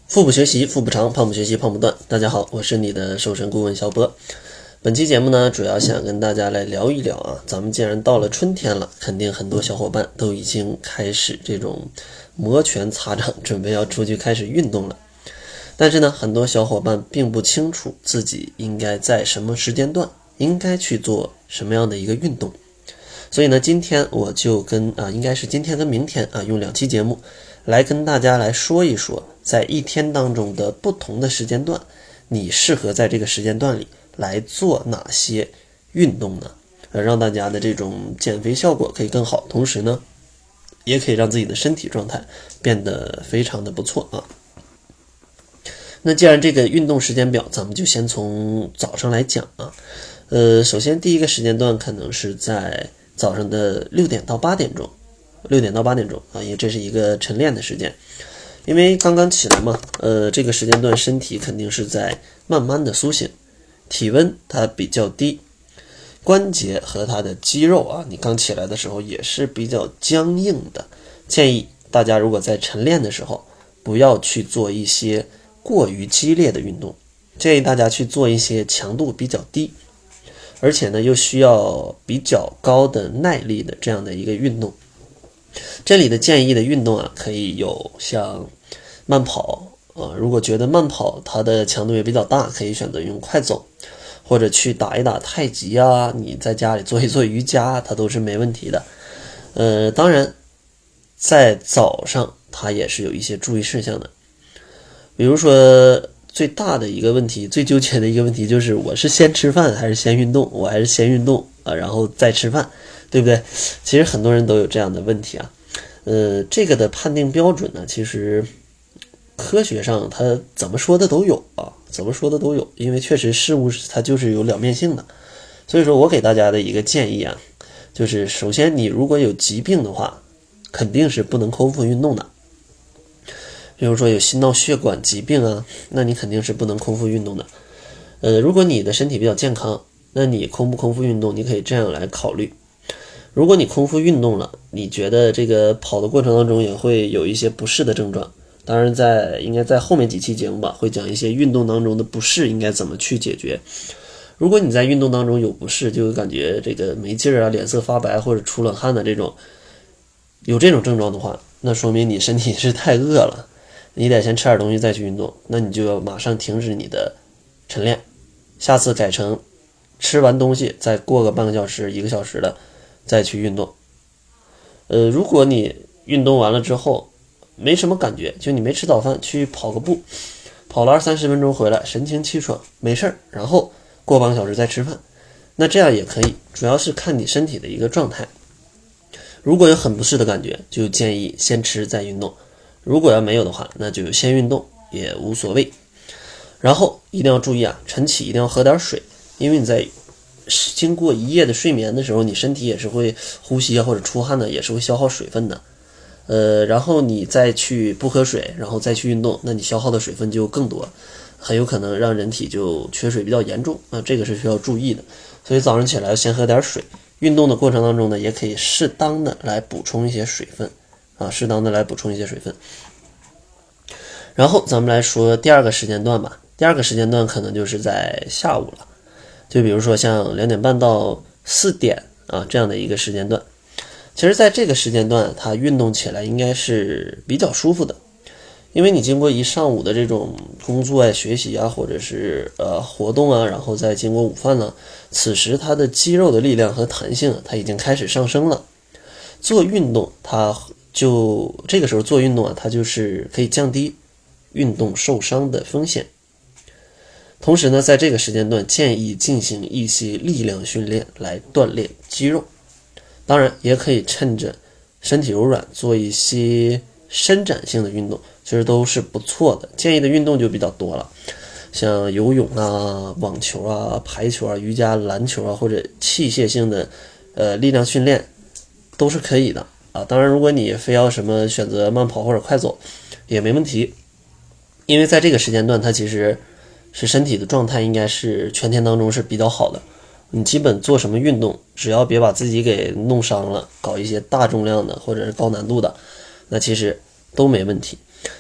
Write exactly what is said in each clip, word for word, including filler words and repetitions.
腹部学习腹不长，胖不学习胖不断。大家好，我是你的瘦身顾问小波。本期节目呢，主要想跟大家来聊一聊啊，咱们既然到了春天了，肯定很多小伙伴都已经开始这种摩拳擦掌，准备要出去开始运动了。但是呢，很多小伙伴并不清楚自己应该在什么时间段应该去做什么样的一个运动。所以呢，今天我就跟啊，应该是今天跟明天啊，用两期节目来跟大家来说一说，在一天当中的不同的时间段，你适合在这个时间段里来做哪些运动呢？呃，让大家的这种减肥效果可以更好，同时呢，也可以让自己的身体状态变得非常的不错啊。那既然这个运动时间表，咱们就先从早上来讲啊。呃，首先第一个时间段可能是在早上的六点到八点钟，六点到八点钟啊，因为这是一个晨练的时间。因为刚刚起来嘛，呃，这个时间段身体肯定是在慢慢的苏醒，体温它比较低，关节和它的肌肉啊，你刚起来的时候也是比较僵硬的。建议大家如果在晨练的时候，不要去做一些过于激烈的运动，建议大家去做一些强度比较低，而且呢又需要比较高的耐力的这样的一个运动。这里的建议的运动啊，可以有像慢跑啊，如果觉得慢跑它的强度也比较大，可以选择用快走，或者去打一打太极啊，你在家里做一做瑜伽，它都是没问题的。呃，当然在早上它也是有一些注意事项的，比如说最大的一个问题，最纠结的一个问题就是我是先吃饭还是先运动，我还是先运动啊，然后再吃饭，对不对？其实很多人都有这样的问题啊。呃，这个的判定标准呢，其实科学上它怎么说的都有啊，怎么说的都有，因为确实事物它就是有两面性的。所以说我给大家的一个建议啊，就是首先你如果有疾病的话，肯定是不能空腹运动的。比如说有心脑血管疾病啊，那你肯定是不能空腹运动的。呃，如果你的身体比较健康，那你空不空腹运动，你可以这样来考虑。如果你空腹运动了，你觉得这个跑的过程当中也会有一些不适的症状，当然在应该在后面几期节目吧，会讲一些运动当中的不适应该怎么去解决。如果你在运动当中有不适，就感觉这个没劲儿啊，脸色发白或者出冷汗的这种，有这种症状的话，那说明你身体是太饿了，你得先吃点东西再去运动，那你就要马上停止你的晨练，下次改成吃完东西再过个半个小时一个小时的再去运动。呃，如果你运动完了之后没什么感觉，就你没吃早饭去跑个步，跑了二三十分钟回来神清气爽没事儿，然后过半个小时再吃饭，那这样也可以，主要是看你身体的一个状态。如果有很不适的感觉，就建议先吃再运动，如果要没有的话，那就先运动也无所谓。然后一定要注意啊，晨起一定要喝点水，因为你在经过一夜的睡眠的时候，你身体也是会呼吸啊或者出汗的，也是会消耗水分的。呃，然后你再去不喝水，然后再去运动，那你消耗的水分就更多，很有可能让人体就缺水比较严重啊，这个是需要注意的。所以早上起来先喝点水，运动的过程当中呢，也可以适当的来补充一些水分啊，适当的来补充一些水分。然后咱们来说第二个时间段吧，第二个时间段可能就是在下午了。就比如说像两点半到四点啊这样的一个时间段，其实在这个时间段它运动起来应该是比较舒服的，因为你经过一上午的这种工作啊、学习啊，或者是呃活动啊，然后再经过午饭了，此时它的肌肉的力量和弹性它已经开始上升了。做运动它就这个时候做运动啊，它就是可以降低运动受伤的风险。同时呢，在这个时间段建议进行一些力量训练来锻炼肌肉，当然也可以趁着身体柔软做一些伸展性的运动，其实都是不错的。建议的运动就比较多了，像游泳啊、网球啊、排球啊、瑜伽、篮球啊，或者器械性的呃力量训练都是可以的啊。当然如果你非要什么选择慢跑或者快走也没问题，因为在这个时间段它其实是身体的状态应该是全天当中是比较好的，你基本做什么运动，只要别把自己给弄伤了，搞一些大重量的或者是高难度的，那其实都没问题。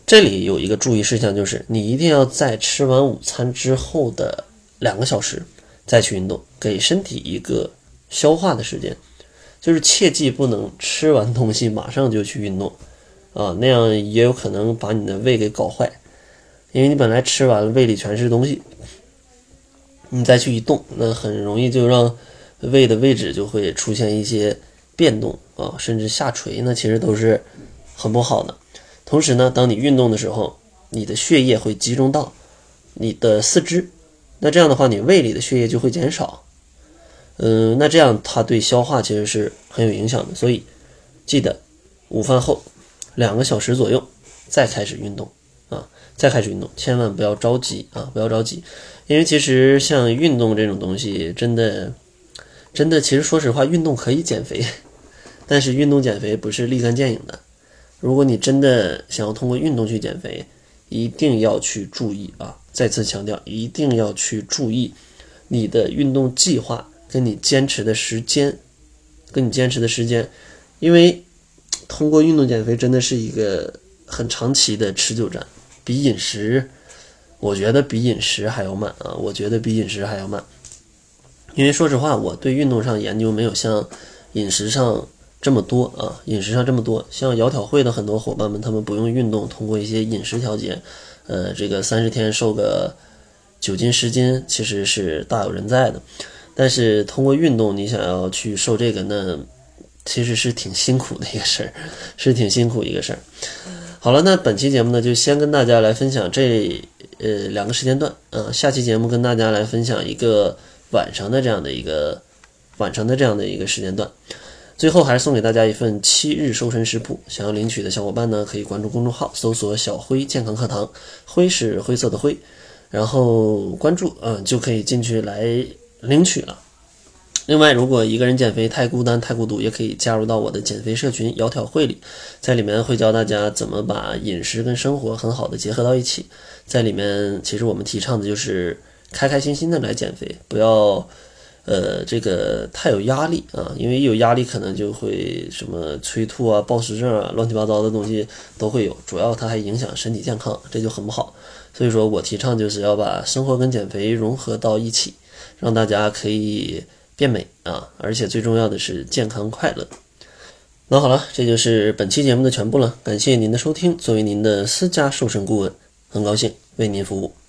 这里有一个注意事项，就是你一定要在吃完午餐之后的两个小时再去运动，给身体一个消化的时间，就是切记不能吃完东西马上就去运动啊，那样也有可能把你的胃给搞坏，因为你本来吃完了胃里全是东西，你再去一动，那很容易就让胃的位置就会出现一些变动啊，甚至下垂，那其实都是很不好的。同时呢，当你运动的时候，你的血液会集中到你的四肢，那这样的话你胃里的血液就会减少，嗯、呃，那这样它对消化其实是很有影响的。所以记得午饭后两个小时左右再开始运动啊，再开始运动，千万不要着急啊，不要着急，因为其实像运动这种东西，真的真的，其实说实话，运动可以减肥，但是运动减肥不是立竿见影的。如果你真的想要通过运动去减肥，一定要去注意啊！再次强调，一定要去注意你的运动计划跟你坚持的时间，跟你坚持的时间，因为通过运动减肥真的是一个很长期的持久战，比饮食，我觉得比饮食还要慢啊！我觉得比饮食还要慢，因为说实话，我对运动上研究没有像饮食上这么多啊，饮食上这么多，像窈窕会的很多伙伴们，他们不用运动，通过一些饮食调节，呃，这个三十天瘦个九斤十斤，其实是大有人在的。但是通过运动，你想要去瘦这个，那其实是挺辛苦的一个事儿，是挺辛苦一个事儿。好了，那本期节目呢，就先跟大家来分享这呃两个时间段啊，下期节目跟大家来分享一个晚上的这样的一个晚上的这样的一个时间段。最后还是送给大家一份七日瘦身食谱，想要领取的小伙伴呢，可以关注公众号，搜索小辉健康课堂，辉是灰色的灰，然后关注啊、嗯，就可以进去来领取了。另外，如果一个人减肥太孤单太孤独，也可以加入到我的减肥社群窈窕会里，在里面会教大家怎么把饮食跟生活很好的结合到一起。在里面其实我们提倡的就是开开心心的来减肥，不要呃，这个太有压力啊，因为一有压力可能就会什么催吐啊、暴食症啊，乱七八糟的东西都会有，主要它还影响身体健康，这就很不好。所以说我提倡就是要把生活跟减肥融合到一起，让大家可以变美啊，而且最重要的是健康快乐。那好了，这就是本期节目的全部了，感谢您的收听。作为您的私家瘦身顾问，很高兴为您服务。